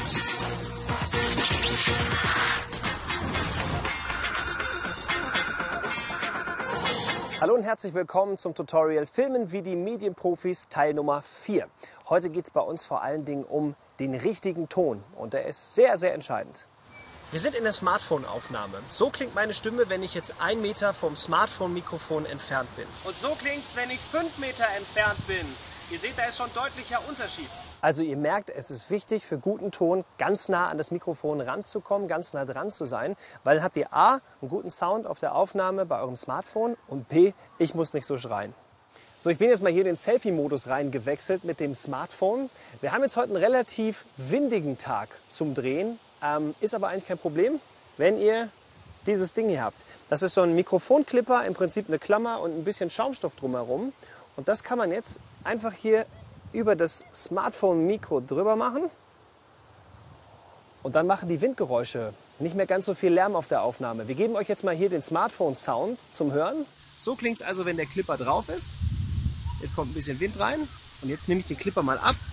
Hallo und herzlich willkommen zum Tutorial Filmen wie die Medienprofis Teil Nummer 4. Heute geht es bei uns vor allen Dingen um den richtigen Ton und der ist sehr, sehr entscheidend. Wir sind in der Smartphone-Aufnahme. So klingt meine Stimme, wenn ich jetzt 1 Meter vom Smartphone-Mikrofon entfernt bin. Und so klingt es, wenn ich 5 Meter entfernt bin. Ihr seht, da ist schon ein deutlicher Unterschied. Also ihr merkt, es ist wichtig für guten Ton ganz nah an das Mikrofon ranzukommen, ganz nah dran zu sein, weil dann habt ihr A, einen guten Sound auf der Aufnahme bei eurem Smartphone und B, ich muss nicht so schreien. So, ich bin jetzt mal hier in den Selfie-Modus reingewechselt mit dem Smartphone. Wir haben jetzt heute einen relativ windigen Tag zum Drehen, ist aber eigentlich kein Problem, wenn ihr dieses Ding hier habt. Das ist so ein Mikrofonclipper, im Prinzip eine Klammer und ein bisschen Schaumstoff drumherum. Und das kann man jetzt einfach hier über das Smartphone-Mikro drüber machen. Und dann machen die Windgeräusche nicht mehr ganz so viel Lärm auf der Aufnahme. Wir geben euch jetzt mal hier den Smartphone-Sound zum Hören. So klingt es also, wenn der Clipper drauf ist. Jetzt kommt ein bisschen Wind rein. Und jetzt nehme ich den Clipper mal ab.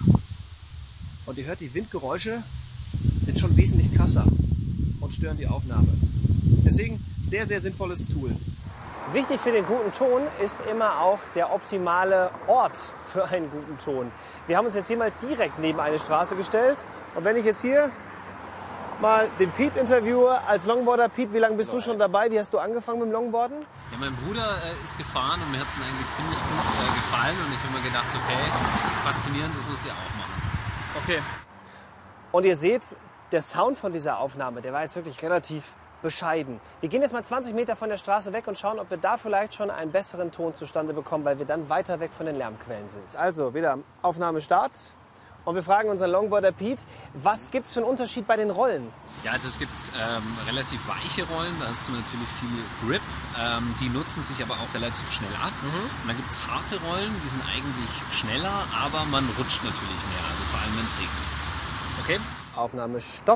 Und ihr hört, die Windgeräusche sind schon wesentlich krasser und stören die Aufnahme. Deswegen sehr, sehr sinnvolles Tool. Wichtig für den guten Ton ist immer auch der optimale Ort für einen guten Ton. Wir haben uns jetzt hier mal direkt neben eine Straße gestellt. Und wenn ich jetzt hier mal den Pete interviewe als Longboarder. Pete, wie lange bist du schon dabei? Wie hast du angefangen mit dem Longboarden? Ja, mein Bruder ist gefahren und mir hat es eigentlich ziemlich gut gefallen. Und ich habe mir gedacht, okay, faszinierend, das muss ich auch machen. Okay. Und ihr seht, der Sound von dieser Aufnahme, der war jetzt wirklich relativ bescheiden. Wir gehen jetzt mal 20 Meter von der Straße weg und schauen, ob wir da vielleicht schon einen besseren Ton zustande bekommen, weil wir dann weiter weg von den Lärmquellen sind. Also wieder Aufnahmestart. Und wir fragen unseren Longboarder Pete, was gibt es für einen Unterschied bei den Rollen? Ja, also es gibt relativ weiche Rollen, da hast du natürlich viel Grip. Die nutzen sich aber auch relativ schnell ab. Und dann gibt es harte Rollen, die sind eigentlich schneller, aber man rutscht natürlich mehr, also vor allem wenn es regnet. Okay, Aufnahme Stopp.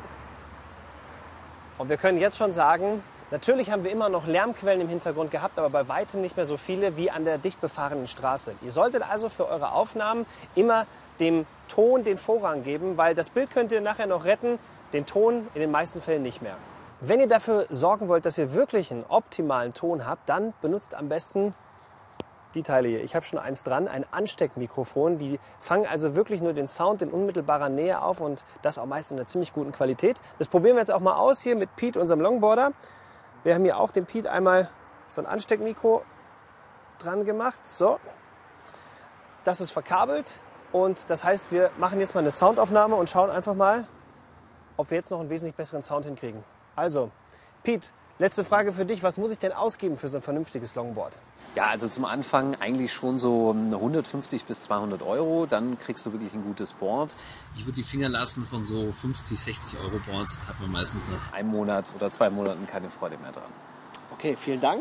Und wir können jetzt schon sagen, natürlich haben wir immer noch Lärmquellen im Hintergrund gehabt, aber bei weitem nicht mehr so viele wie an der dicht befahrenen Straße. Ihr solltet also für eure Aufnahmen immer dem Ton den Vorrang geben, weil das Bild könnt ihr nachher noch retten, den Ton in den meisten Fällen nicht mehr. Wenn ihr dafür sorgen wollt, dass ihr wirklich einen optimalen Ton habt, dann benutzt am besten die Teile hier. Ich habe schon eins dran, ein Ansteckmikrofon. Die fangen also wirklich nur den Sound in unmittelbarer Nähe auf und das auch meist in einer ziemlich guten Qualität. Das probieren wir jetzt auch mal aus hier mit Pete, unserem Longboarder. Wir haben hier auch dem Pete einmal so ein Ansteckmikro dran gemacht. So, das ist verkabelt und das heißt, wir machen jetzt mal eine Soundaufnahme und schauen einfach mal, ob wir jetzt noch einen wesentlich besseren Sound hinkriegen. Also, Pete, letzte Frage für dich. Was muss ich denn ausgeben für so ein vernünftiges Longboard? Ja, also zum Anfang eigentlich schon so 150 bis 200 Euro. Dann kriegst du wirklich ein gutes Board. Ich würde die Finger lassen von so 50, 60 Euro Boards. Da hat man meistens nach 1 Monat oder 2 Monaten keine Freude mehr dran. Okay, vielen Dank.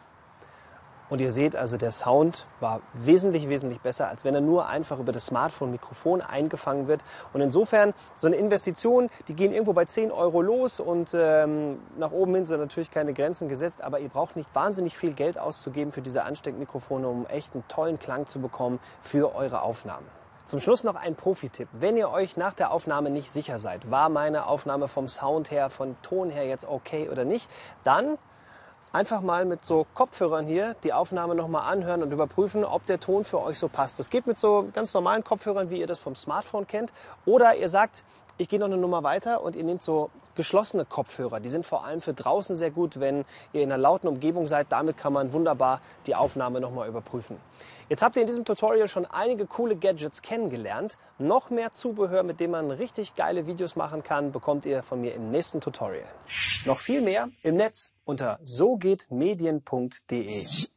Und ihr seht also, der Sound war wesentlich, wesentlich besser, als wenn er nur einfach über das Smartphone-Mikrofon eingefangen wird. Und insofern, so eine Investition, die gehen irgendwo bei 10 Euro los und nach oben hin sind natürlich keine Grenzen gesetzt. Aber ihr braucht nicht wahnsinnig viel Geld auszugeben für diese Ansteckmikrofone, um echt einen tollen Klang zu bekommen für eure Aufnahmen. Zum Schluss noch ein Profi-Tipp. Wenn ihr euch nach der Aufnahme nicht sicher seid, war meine Aufnahme vom Sound her, vom Ton her jetzt okay oder nicht, dann einfach mal mit so Kopfhörern hier die Aufnahme nochmal anhören und überprüfen, ob der Ton für euch so passt. Das geht mit so ganz normalen Kopfhörern, wie ihr das vom Smartphone kennt. Oder ihr sagt, ich gehe noch eine Nummer weiter und ihr nehmt so geschlossene Kopfhörer. Die sind vor allem für draußen sehr gut, wenn ihr in einer lauten Umgebung seid. Damit kann man wunderbar die Aufnahme nochmal überprüfen. Jetzt habt ihr in diesem Tutorial schon einige coole Gadgets kennengelernt. Noch mehr Zubehör, mit dem man richtig geile Videos machen kann, bekommt ihr von mir im nächsten Tutorial. Noch viel mehr im Netz unter sogehtmedien.de.